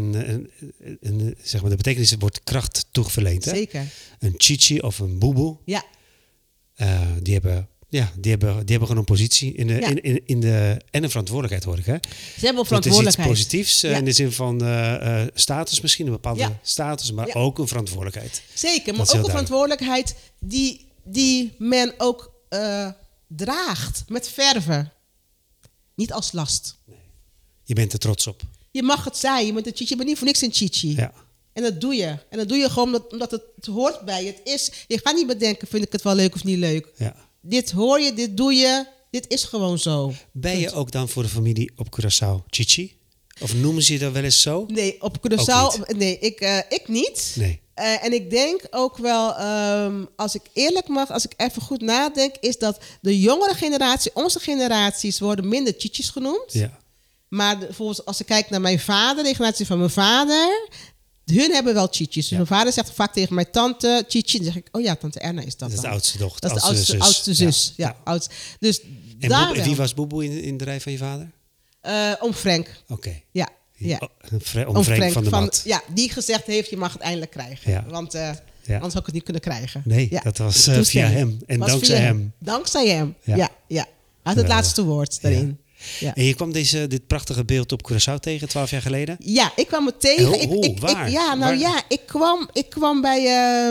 En zeg maar, de betekenis wordt kracht toegeverleend. Hè? Zeker. Een chichi of een boeboe, Ja, die hebben gewoon een positie en een verantwoordelijkheid, hoor ik. Hè? ze hebben Dat is iets verantwoordelijkheid. positiefs Ja. in de zin van status misschien, een bepaalde Ja. status, maar Ja. ook een verantwoordelijkheid. Zeker, Dat maar is ook heel een verantwoordelijkheid die men ook draagt met verven. Niet als last. Je bent er trots op. Je mag het zijn, je bent een chichi, je bent niet voor niks een chichi. Ja. En dat doe je. En dat doe je gewoon omdat het hoort bij je. Het is, je gaat niet bedenken, vind ik het wel leuk of niet leuk. Ja. Dit hoor je, dit doe je, dit is gewoon zo. Ben je ook dan voor de familie op Curaçao chichi? Of noemen ze je dat wel eens zo? Nee, op Ook Curaçao, nee, ik niet. Nee. En ik denk ook wel, als ik eerlijk mag, als ik even goed nadenk, is dat de jongere generatie, onze generaties, worden minder chichis genoemd. Ja. Maar bijvoorbeeld als ik kijk naar mijn vader, de generatie van mijn vader, hun hebben wel chichis. Dus Ja. mijn vader zegt vaak tegen mijn tante chichi. Dan zeg ik, oh ja, tante Erna is dat Dat is de dan. oudste dochter. Dat is de oudste zus. Ja. Oudste. Dus En daar wie wel. was Boeboe in de rij van je vader? Oom Frank. Oké. Ja. Ja. Om Frank van de Mat. Ja, die gezegd heeft, je mag het eindelijk krijgen. Ja. Want anders had ik het niet kunnen krijgen. Nee, Ja. dat was Toestemming. via hem. En Was dankzij via hem. Dankzij hem, Ja. ja. Hij had het Geweldig. laatste woord daarin. Ja. En je kwam dit prachtige beeld op Curaçao tegen 12 jaar geleden? Ja, ik kwam het tegen. Waar? Ik kwam bij...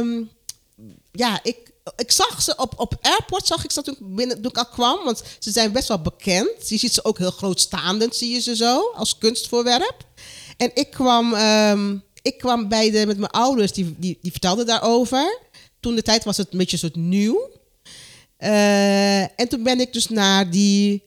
ik zag ze op airport, zag ik ze toen ik al kwam. Want ze zijn best wel bekend. Je ziet ze ook heel groot staandend, zie je ze zo, als kunstvoorwerp. En ik kwam met mijn ouders, die vertelden daarover. Toen de tijd was het een beetje soort nieuw. En toen ben ik dus naar die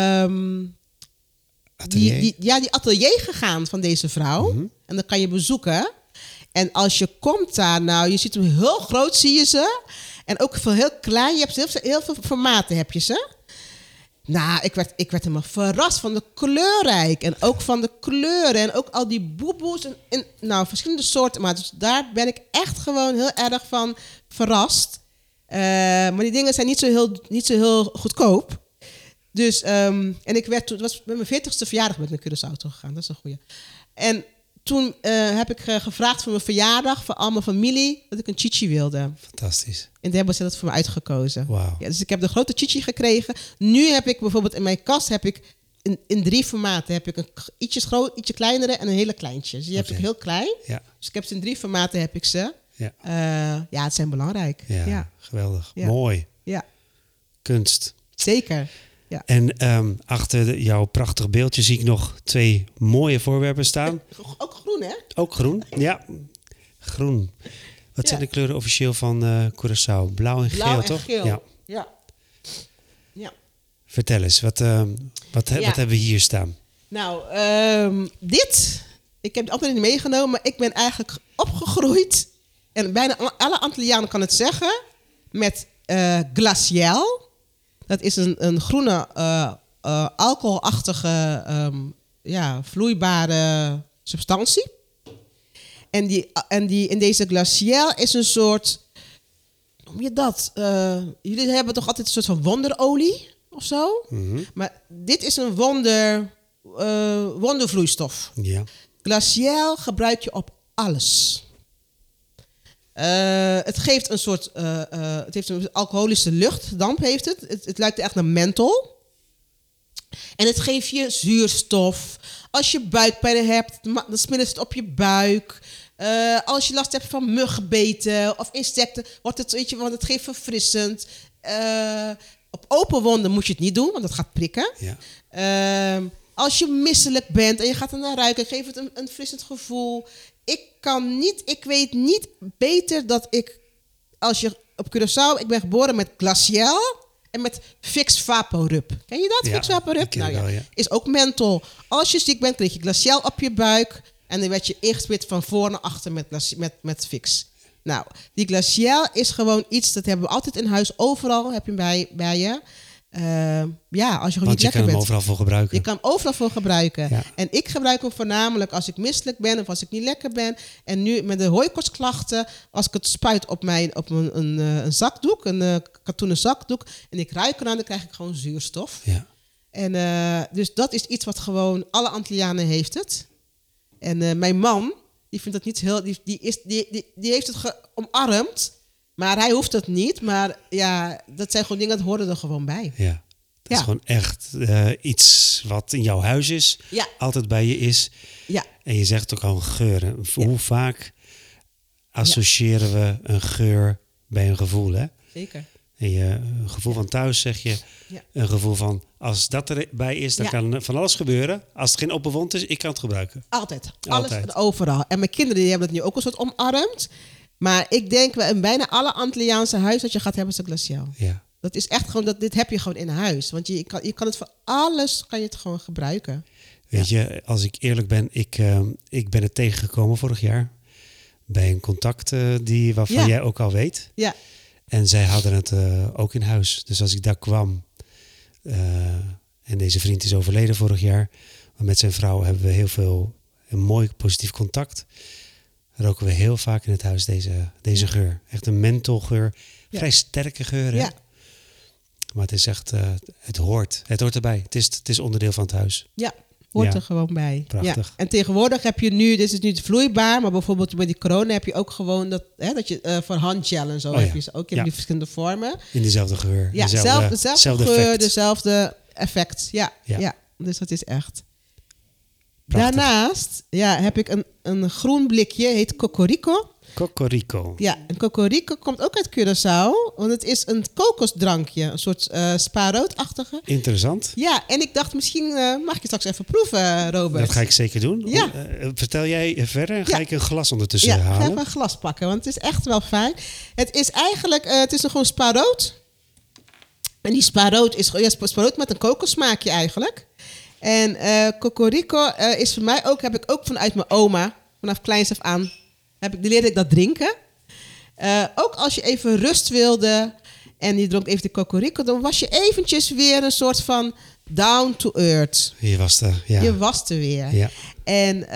atelier gegaan van deze vrouw. En dan kan je bezoeken. En als je komt daar, nou, je ziet hem heel groot, zie je ze. En ook veel heel klein. Je hebt heel veel formaten, heb je ze. Nou, ik werd helemaal verrast van de kleurrijk. En ook van de kleuren. En ook al die boeboes. En verschillende soorten. Maar dus daar ben ik echt gewoon heel erg van verrast. Maar die dingen zijn niet zo heel goedkoop. Dus, en het was met mijn 40ste verjaardag met naar Curaçao toe gegaan. Dat is een goeie. En toen heb ik gevraagd voor mijn verjaardag, voor al mijn familie, dat ik een chichi wilde. Fantastisch. En toen hebben ze dat voor me uitgekozen. Wauw. Ja, dus ik heb de grote chichi gekregen. Nu heb ik bijvoorbeeld in mijn kast in 3 formaten. Heb ik een ietsje kleinere en een hele kleintje. Dus die heb ik heel klein. Ja. Dus ik heb ze in 3 formaten heb ik ze. Ja. Het zijn belangrijk. Ja, geweldig. Ja. Mooi. Ja, Kunst. zeker. Ja. En achter jouw prachtig beeldje zie ik nog 2 mooie voorwerpen staan. Ook groen, hè? Ook groen. Ja, groen. Wat zijn de kleuren officieel van Curaçao? Blauw en Blauw geel, en toch? geel. Ja. Ja. Vertel eens, wat hebben we hier staan? Nou, ik heb het altijd niet meegenomen, maar ik ben eigenlijk opgegroeid, en bijna alle Antillianen kan het zeggen, met glacial. Dat is een groene, alcoholachtige, vloeibare substantie. En die in deze glacial is een soort noem je dat? Jullie hebben toch altijd een soort van wonderolie of zo? Mhm. Maar dit is een wondervloeistof. Ja. Glacial gebruik je op alles. Het geeft een soort... het heeft een alcoholische luchtdamp, heeft het. Het lijkt echt naar menthol. En het geeft je zuurstof. Als je buikpijn hebt, dan smeert het op je buik. Als je last hebt van muggenbeten of insecten, wordt het, weet je, want het geeft verfrissend. Op open wonden moet je het niet doen, want dat gaat prikken. Ja. Als je misselijk bent en je gaat er naar ruiken, geeft het een frissend gevoel. Ik weet niet beter dat ik, als je op Curaçao, ik ben geboren met Glacial en met Vicks VapoRub. Ken je dat, Ja, Vicks VapoRub? ik ken het wel, ja. Is ook menthol. Als je ziek bent, kreeg je Glacial op je buik en dan werd je ingesmeerd van voor naar achter met Vicks. Nou, die Glacial is gewoon iets, dat hebben we altijd in huis, overal heb je bij je. Als je gewoon Want niet je lekker kan hem bent. overal voor gebruiken. Je kan hem overal voor gebruiken. Ja. En ik gebruik hem voornamelijk als ik misselijk ben of als ik niet lekker ben. En nu met de hooikoortsklachten, als ik het spuit op een zakdoek, een katoenen zakdoek, en ik ruik eraan, dan krijg ik gewoon zuurstof. Ja. En dus dat is iets wat gewoon alle Antillianen heeft het. En mijn man, die vindt dat niet heel, die heeft het omarmd. Maar hij hoeft het niet. Maar ja, dat zijn gewoon dingen, dat horen er gewoon bij. Ja. Dat Ja. is gewoon echt iets wat in jouw huis is. Ja. Altijd bij je is. Ja, En je zegt ook al geuren. Hoe vaak associëren we een geur bij een gevoel, hè? zeker. En een gevoel van thuis, zeg je. Ja. Een gevoel van, als dat erbij is, dan Ja. kan van alles gebeuren. Als het geen open wond is, ik kan het gebruiken. Altijd. Alles Altijd. en overal. En mijn kinderen die hebben het nu ook een soort omarmd. Maar ik denk, in bijna alle Antilliaanse huis dat je gaat hebben, is een Glacial. Ja. Dat is echt gewoon, dit heb je gewoon in huis. Want je kan het voor alles, kan je het gewoon gebruiken. Weet je, als ik eerlijk ben, ik ben het tegengekomen vorig jaar. Bij een contact waarvan Ja. jij ook al weet. Ja, En zij hadden het ook in huis. Dus als ik daar kwam, en deze vriend is overleden vorig jaar, maar met zijn vrouw hebben we een mooi positief contact. Roken we heel vaak in het huis deze geur. Echt een mentholgeur. Ja. Vrij sterke geur, hè? ja, Maar het is echt, het hoort erbij. Het is onderdeel van het huis. ja. Hoort Ja. er gewoon bij. Prachtig. Ja. En tegenwoordig heb je nu, dit is nu vloeibaar, maar bijvoorbeeld bij die corona heb je ook gewoon dat je voor handgel en zo Oh, heb ja. je ze ook in Ja. die verschillende vormen. In dezelfde geur. Ja, dezelfde geur, effect. dezelfde effect. Ja, Ja. ja. Dus dat is echt. Prachtig. Daarnaast heb ik een groen blikje, heet Cocorico. Cocorico. Ja, en Cocorico komt ook uit Curaçao, want het is een kokosdrankje, een soort spaarroodachtige. Interessant. Ja, en ik dacht misschien mag ik je straks even proeven, Robert. Dat ga ik zeker doen. Ja. Vertel jij verder. Ga Ja. ik een glas ondertussen Ja, ik ga halen? even een glas pakken, want het is echt wel fijn. Het is eigenlijk, het is gewoon spaarrood. En die spaarrood is spaarrood met een kokossmaakje eigenlijk. En Cocorico is voor mij ook, heb ik ook vanuit mijn oma, vanaf kleins af aan, leerde ik dat drinken. Ook als je even rust wilde en je dronk even de Cocorico, dan was je eventjes weer een soort van down to earth. Je was er, ja. Je was er weer. Ja. En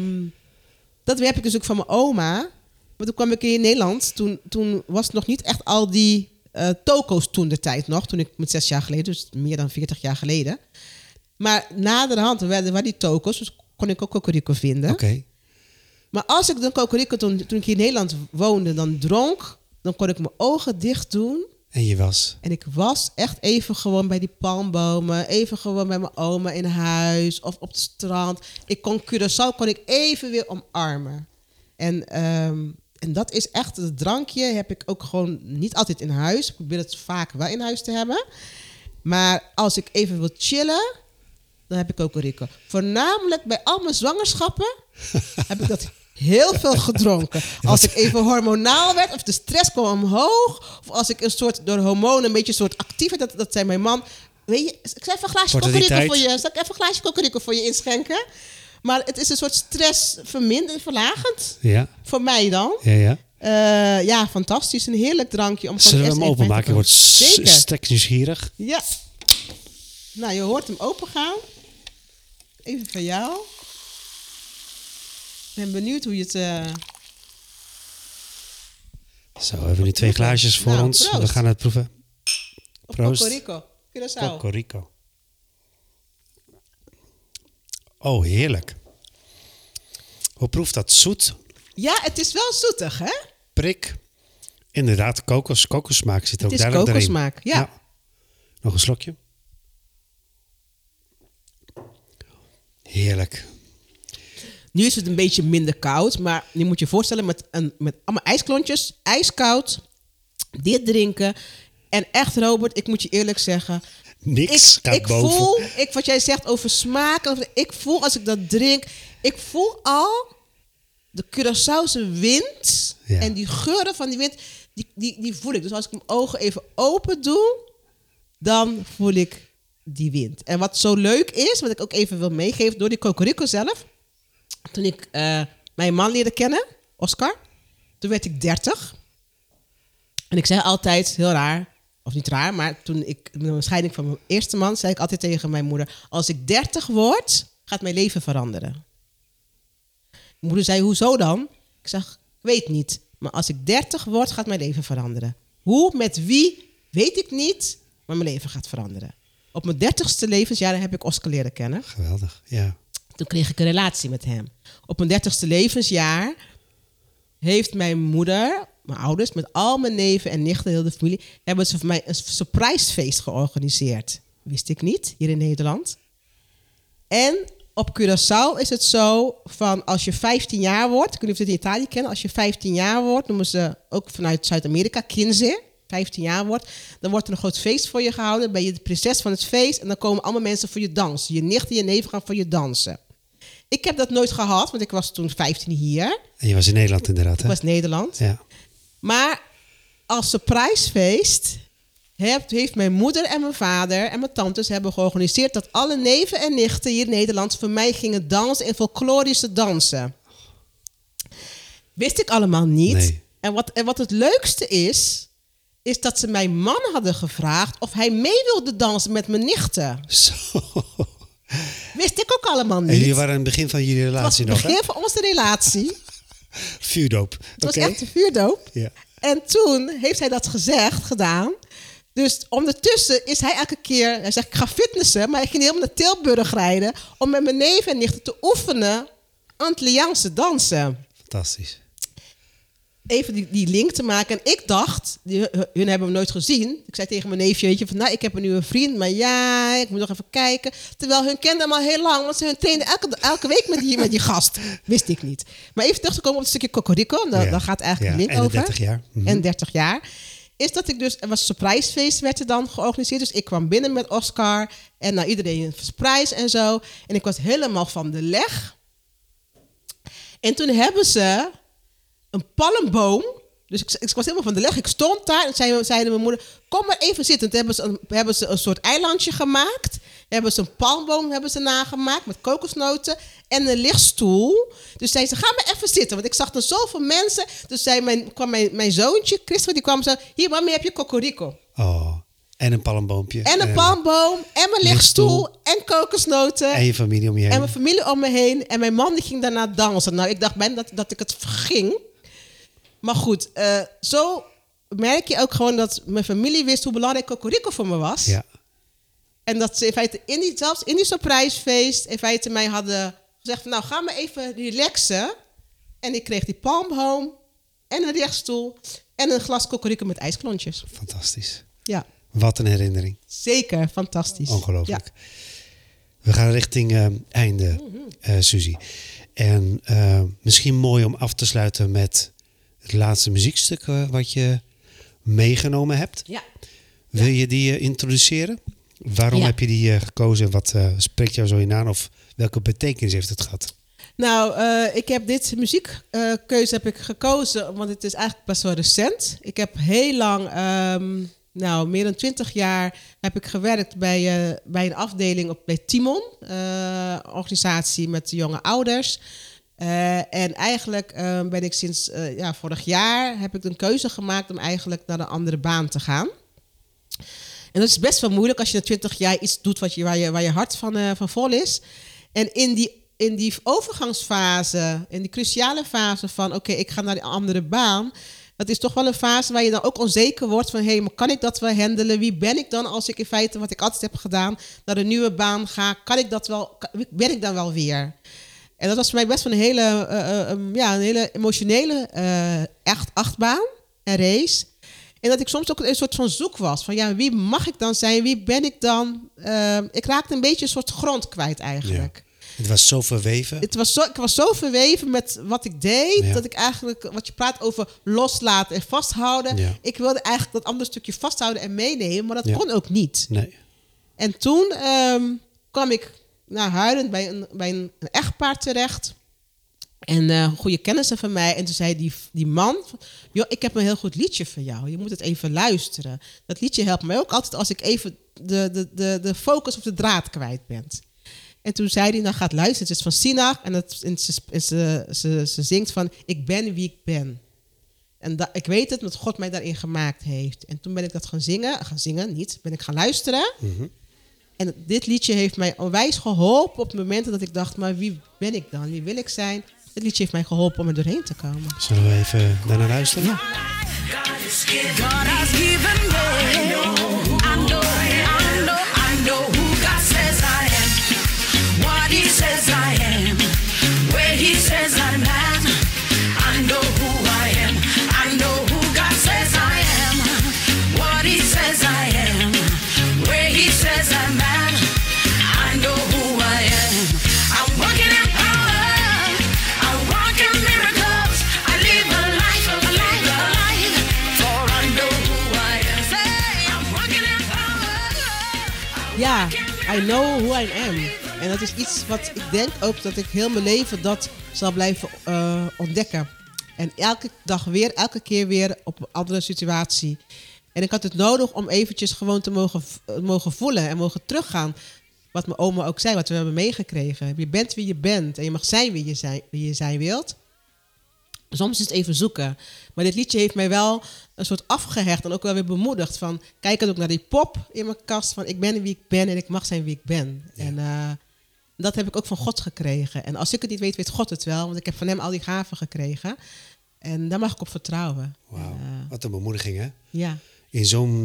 dat heb ik dus ook van mijn oma. Maar toen kwam ik in Nederland. Toen was het nog niet echt al die toko's toen de tijd nog. Toen ik met 6 jaar geleden, dus meer dan 40 jaar geleden. Maar naderhand waren die toko's, dus kon ik ook Cocorico vinden. Oké. Maar als ik dan Cocorico, toen ik in Nederland woonde, dan dronk, dan kon ik mijn ogen dicht doen. En je was. En ik was echt even gewoon bij die palmbomen, even gewoon bij mijn oma in huis of op het strand. Curaçao kon ik even weer omarmen. En dat is echt, het drankje heb ik ook gewoon niet altijd in huis. Ik probeer het vaak wel in huis te hebben. Maar als ik even wil chillen, dan heb ik Cocorico. Voornamelijk bij al mijn zwangerschappen heb ik dat heel veel gedronken. Als ik even hormonaal werd, of de stress kwam omhoog, of als ik een soort door hormonen een beetje een soort actief, dat zei mijn man. Weet je, ik zal even een glaasje Cocorico voor je. Zal ik even een glaasje Cocorico voor je inschenken? Maar het is een soort stress verlagend. Ja. Voor mij dan. Ja, ja. Ja, fantastisch. Een heerlijk drankje. Om Zullen we gewoon hem eerst even openmaken? Ik te word Zeker. sterk nieuwsgierig. Ja. Nou, je hoort hem opengaan. Even van jou. Ik ben benieuwd hoe je het... Zo, we hebben nu 2 glaasjes voor Nou, ons. proost. We gaan het proeven. Of Proost. Cocorico. Curaçao. Cocorico. Oh, heerlijk. Hoe proeft dat? Zoet, Ja, het is wel zoetig, hè? prik. Inderdaad, kokossmaak zit er ook Het is duidelijk erin. kokossmaak, ja. Nog een slokje. Heerlijk. Nu is het een beetje minder koud, maar je moet je voorstellen met allemaal ijsklontjes, ijskoud, dit drinken. En echt, Robert, ik moet je eerlijk zeggen, Niks gaat ik boven. voel, wat jij zegt over smaak, ik voel als ik dat drink, ik voel al de Curaçaose wind Ja. en die geuren van die wind, die voel ik. Dus als ik mijn ogen even open doe, dan voel ik die wind. En wat zo leuk is, wat ik ook even wil meegeven door die Cocorico zelf. Toen ik mijn man leerde kennen, Oscar, toen werd ik 30. En ik zei altijd, heel raar, of niet raar, maar toen ik met een scheiding van mijn eerste man, zei ik altijd tegen mijn moeder, als ik 30 word, gaat mijn leven veranderen. Mijn moeder zei, hoezo dan? Ik zeg, ik weet niet. Maar als ik 30 word, gaat mijn leven veranderen. Hoe, met wie, weet ik niet, maar mijn leven gaat veranderen. Op mijn 30ste levensjaar heb ik Oscar leren kennen. Geweldig, ja. Toen kreeg ik een relatie met hem. Op mijn 30ste levensjaar heeft mijn moeder, mijn ouders, met al mijn neven en nichten, heel de familie, hebben ze voor mij een surprisefeest georganiseerd. Wist ik niet, hier in Nederland. En op Curaçao is het zo van als je 15 jaar wordt, ik weet niet of je het in Italië kennen, als je 15 jaar wordt, noemen ze ook vanuit Zuid-Amerika, 15, 15 jaar wordt, dan wordt er een groot feest voor je gehouden, dan ben je de prinses van het feest en dan komen allemaal mensen voor je dansen. Je nichten en je neven gaan voor je dansen. Ik heb dat nooit gehad, want ik was toen 15 hier. En je was in Nederland inderdaad, Ik hè? was Nederland. Ja. Maar als surprisefeest heeft mijn moeder en mijn vader en mijn tantes hebben georganiseerd dat alle neven en nichten hier in Nederland voor mij gingen dansen in folklorische dansen. Wist ik allemaal niet. Nee. En wat het leukste is dat ze mijn man hadden gevraagd of hij mee wilde dansen met mijn nichten. Zo. Wist ik ook allemaal niet. En jullie waren aan het begin van jullie Het was relatie het nog, hè? begin van onze relatie. Vuurdoop. Het was Oké. echt een vuurdoop. Ja. En toen heeft hij dat gedaan. Dus ondertussen is hij elke keer, hij zegt ik ga fitnessen, maar hij ging helemaal naar Tilburg rijden om met mijn neven en nichten te oefenen Antilliaanse dansen. Fantastisch. Even die link te maken. En ik dacht, hun hebben hem nooit gezien. Ik zei tegen mijn neefje, weet je, van, nou, ik heb een nieuwe vriend, maar ja, ik moet nog even kijken. Terwijl hun kenden hem al heel lang, want ze trainden elke week met die gast. Wist ik niet. Maar even terug te komen op het stukje Cocorico, daar gaat eigenlijk de link en over. 30 jaar. Mhm. En 30 jaar. Is dat ik dus, er was een surprisefeest werd er dan georganiseerd. Dus ik kwam binnen met Oscar en nou iedereen een surprise en zo. En ik was helemaal van de leg. En toen hebben ze een palmboom. Dus ik was helemaal van de leg. Ik stond daar en zeiden mijn moeder, kom maar even zitten. Toen hebben ze een soort eilandje gemaakt. Hebben ze een palmboom nagemaakt met kokosnoten en een lichtstoel. Dus zei ze, ga maar even zitten. Want ik zag er zoveel mensen. Dus kwam mijn zoontje, Christopher, die kwam zo. Hier, mami, heb je Cocorico. Oh, en een palmboompje. En een palmboom en mijn lichtstoel en kokosnoten. En je familie om je heen. En mijn familie om me heen. En mijn man die ging daarna dansen. Nou, ik dacht bijna dat ik het verging. Maar goed, zo merk je ook gewoon dat mijn familie wist hoe belangrijk Cocorico voor me was. Ja. En dat ze in feite zelfs in die surprisefeest in feite mij hadden gezegd van nou, ga maar even relaxen. En ik kreeg die palmboom en een rechtstoel en een glas Cocorico met ijsklontjes. Fantastisch. Ja, Wat een herinnering. zeker. Fantastisch. Ongelooflijk. Ja. We gaan richting einde, Suzy. En misschien mooi om af te sluiten met het laatste muziekstuk wat je meegenomen hebt. Ja. Wil je die introduceren? Waarom Ja. heb je die gekozen en wat spreekt jou zo in aan? Of welke betekenis heeft het gehad? Nou, ik heb dit muziekkeuze heb ik gekozen, want het is eigenlijk best wel recent. Ik heb heel lang, meer dan 20 jaar, heb ik gewerkt bij een afdeling bij Timon, organisatie met jonge ouders. En eigenlijk ben ik sinds vorig jaar heb ik een keuze gemaakt om eigenlijk naar een andere baan te gaan. En dat is best wel moeilijk als je na 20 jaar iets doet waar je hart van vol is. En in die overgangsfase, in die cruciale fase van oké, ik ga naar die andere baan, dat is toch wel een fase waar je dan ook onzeker wordt van... maar kan ik dat wel handelen? Wie ben ik dan als ik in feite, wat ik altijd heb gedaan... naar een nieuwe baan ga? Ben ik dan wel weer? En dat was voor mij best wel een hele emotionele echt achtbaan en race. En dat ik soms ook een soort van zoek was. Van wie mag ik dan zijn? Wie ben ik dan? Ik raakte een beetje een soort grond kwijt eigenlijk. Ja. Het was zo verweven. Ik was zo verweven met wat ik deed... dat ik eigenlijk, wat je praat over loslaten en vasthouden... ik wilde eigenlijk dat andere stukje vasthouden en meenemen... maar dat kon ook niet. Nee. En toen kwam ik huilend bij een echtpaar terecht... En goede kennissen van mij. En toen zei die man... joh, ik heb een heel goed liedje voor jou. Je moet het even luisteren. Dat liedje helpt mij ook altijd als ik even de focus of de draad kwijt ben. En toen zei hij, ga het luisteren. Het is van Sinach. En ze zingt van... ik ben wie ik ben. En ik weet het, omdat God mij daarin gemaakt heeft. En toen ben ik dat gaan zingen. Ben ik gaan luisteren. Mm-hmm. En dit liedje heeft mij onwijs geholpen... op het moment dat ik dacht... maar wie ben ik dan? Wie wil ik zijn? Het liedje heeft mij geholpen om er doorheen te komen. Zullen we even daarna luisteren? Ja. God has given me. I know who God says I am. What He says I am. Where He says I'm at. I know who I am. I know who God says I am. What He says I am. Where He says I'm at. I know who I am. I'm walking in power. I walk in miracles. I live a life. For I know who I am. Say, I'm walking in power. Ja, I know who I am. En dat is iets wat ik denk ook dat ik heel mijn leven dat zal blijven ontdekken. En elke keer weer op een andere situatie. En ik had het nodig om eventjes gewoon te mogen voelen en mogen teruggaan. Wat mijn oma ook zei, wat we hebben meegekregen. Je bent wie je bent en je mag zijn wie je zijn wilt. Soms is het even zoeken. Maar dit liedje heeft mij wel een soort afgehecht en ook wel weer bemoedigd. Van, kijk ook naar die pop in mijn kast. Van ik ben wie ik ben en ik mag zijn wie ik ben. Ja. En dat heb ik ook van God gekregen. En als ik het niet weet, weet God het wel. Want ik heb van hem al die gaven gekregen. En daar mag ik op vertrouwen. Wauw, wat een bemoediging, hè? Ja. In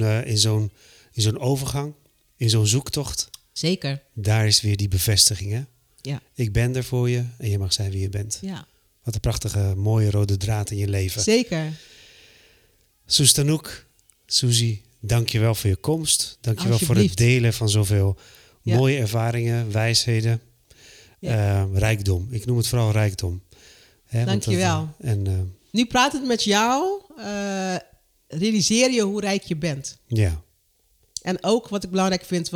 zo'n overgang, in zo'n zoektocht. Zeker. Daar is weer die bevestiging, hè? Ja. Ik ben er voor je en je mag zijn wie je bent. Ja. Wat een prachtige, mooie rode draad in je leven. Zeker. Soes Tanouk, Suzy, dank je wel voor je komst. Dank je wel voor het delen van zoveel mooie ervaringen, wijsheden. Ja. Rijkdom. Ik noem het vooral rijkdom. Dank je wel. Nu praat het met jou. Realiseer je hoe rijk je bent. Ja. En ook wat ik belangrijk vind,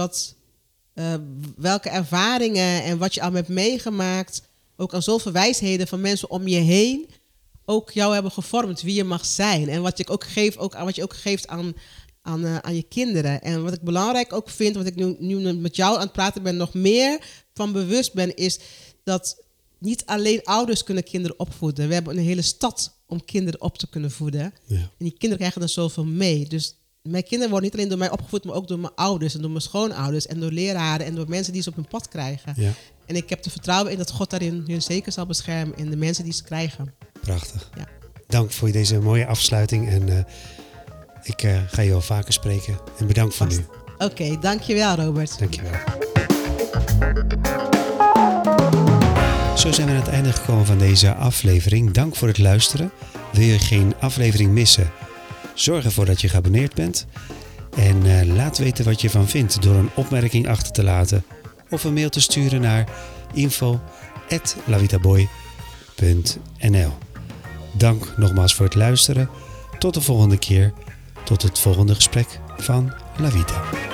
welke ervaringen en wat je al hebt meegemaakt, ook aan zoveel wijsheden van mensen om je heen, ook jou hebben gevormd wie je mag zijn. En wat je ook geeft aan je kinderen. En wat ik belangrijk ook vind, wat ik nu met jou aan het praten ben, nog meer van bewust ben, is dat niet alleen ouders kunnen kinderen opvoeden. We hebben een hele stad om kinderen op te kunnen voeden. Ja. En die kinderen krijgen er zoveel mee. Dus mijn kinderen worden niet alleen door mij opgevoed, maar ook door mijn ouders en door mijn schoonouders en door leraren en door mensen die ze op hun pad krijgen. Ja. En ik heb er vertrouwen in dat God daarin hun zeker zal beschermen in de mensen die ze krijgen. Prachtig. Ja. Dank voor deze mooie afsluiting en ik ga je wel vaker spreken. En bedankt voor nu. Oké, dankjewel Robert. Dankjewel. Zo zijn we aan het einde gekomen van deze aflevering. Dank voor het luisteren. Wil je geen aflevering missen? Zorg ervoor dat je geabonneerd bent. En laat weten wat je ervan vindt door een opmerking achter te laten. Of een mail te sturen naar info@lavitaboy.nl. Dank nogmaals voor het luisteren. Tot de volgende keer. Tot het volgende gesprek van La Vita.